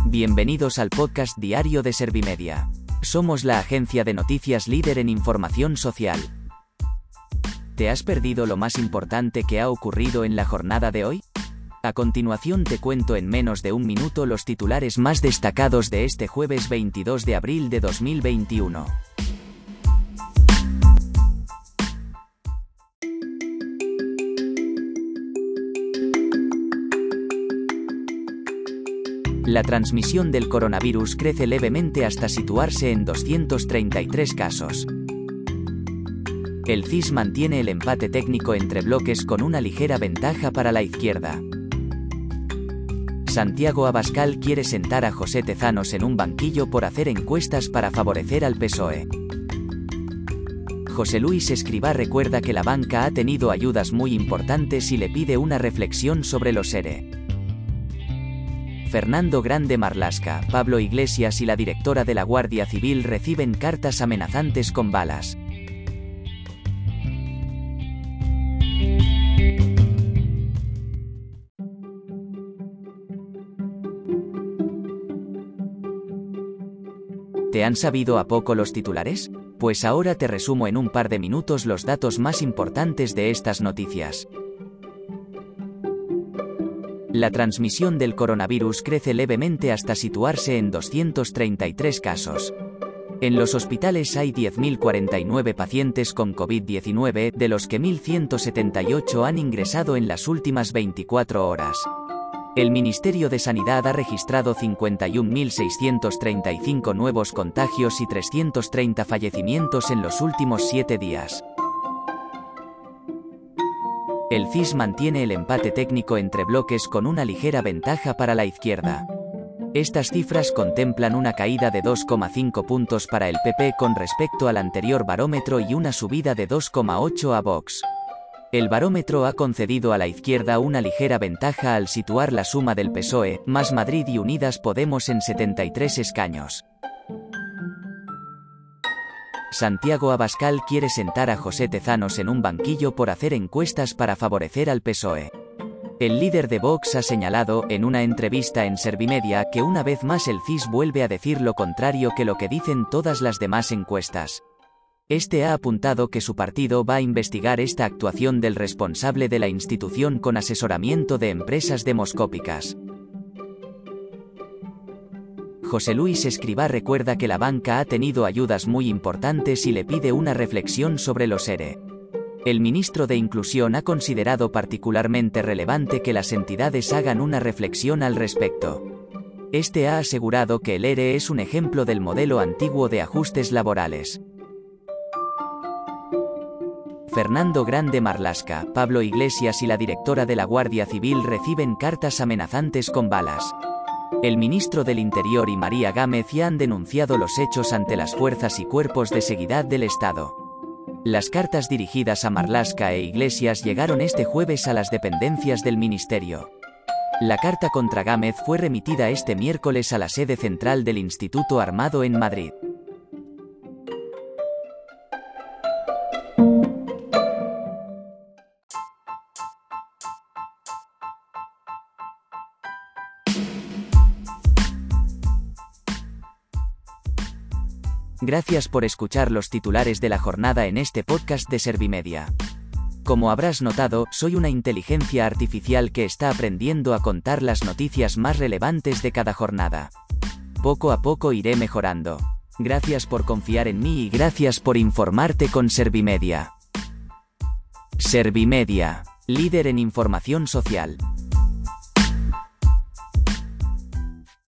Bienvenidos al podcast diario de Servimedia. Somos la agencia de noticias líder en información social. ¿Te has perdido lo más importante que ha ocurrido en la jornada de hoy? A continuación te cuento en menos de un minuto los titulares más destacados de este jueves 22 de abril de 2021. La transmisión del coronavirus crece levemente hasta situarse en 233 casos. El CIS mantiene el empate técnico entre bloques con una ligera ventaja para la izquierda. Santiago Abascal quiere sentar a José Tezanos en un banquillo por hacer encuestas para favorecer al PSOE. José Luis Escrivá recuerda que la banca ha tenido ayudas muy importantes y le pide una reflexión sobre los ERE. Fernando Grande Marlaska, Pablo Iglesias y la directora de la Guardia Civil reciben cartas amenazantes con balas. ¿Te han sabido a poco los titulares? Pues ahora te resumo en un par de minutos los datos más importantes de estas noticias. La transmisión del coronavirus crece levemente hasta situarse en 233 casos. En los hospitales hay 10.049 pacientes con COVID-19, de los que 1.178 han ingresado en las últimas 24 horas. El Ministerio de Sanidad ha registrado 51.635 nuevos contagios y 330 fallecimientos en los últimos 7 días. El CIS mantiene el empate técnico entre bloques con una ligera ventaja para la izquierda. Estas cifras contemplan una caída de 2,5 puntos para el PP con respecto al anterior barómetro y una subida de 2,8 a Vox. El barómetro ha concedido a la izquierda una ligera ventaja al situar la suma del PSOE, más Madrid y Unidas Podemos en 73 escaños. Santiago Abascal quiere sentar a José Tezanos en un banquillo por hacer encuestas para favorecer al PSOE. El líder de Vox ha señalado, en una entrevista en Servimedia, que una vez más el CIS vuelve a decir lo contrario que lo que dicen todas las demás encuestas. Este ha apuntado que su partido va a investigar esta actuación del responsable de la institución con asesoramiento de empresas demoscópicas. José Luis Escrivá recuerda que la banca ha tenido ayudas muy importantes y le pide una reflexión sobre los ERE. El ministro de Inclusión ha considerado particularmente relevante que las entidades hagan una reflexión al respecto. Este ha asegurado que el ERE es un ejemplo del modelo antiguo de ajustes laborales. Fernando Grande Marlaska, Pablo Iglesias y la directora de la Guardia Civil reciben cartas amenazantes con balas. El ministro del Interior y María Gámez ya han denunciado los hechos ante las fuerzas y cuerpos de seguridad del Estado. Las cartas dirigidas a Marlaska e Iglesias llegaron este jueves a las dependencias del ministerio. La carta contra Gámez fue remitida este miércoles a la sede central del Instituto Armado en Madrid. Gracias por escuchar los titulares de la jornada en este podcast de Servimedia. Como habrás notado, soy una inteligencia artificial que está aprendiendo a contar las noticias más relevantes de cada jornada. Poco a poco iré mejorando. Gracias por confiar en mí y gracias por informarte con Servimedia. Servimedia, líder en información social.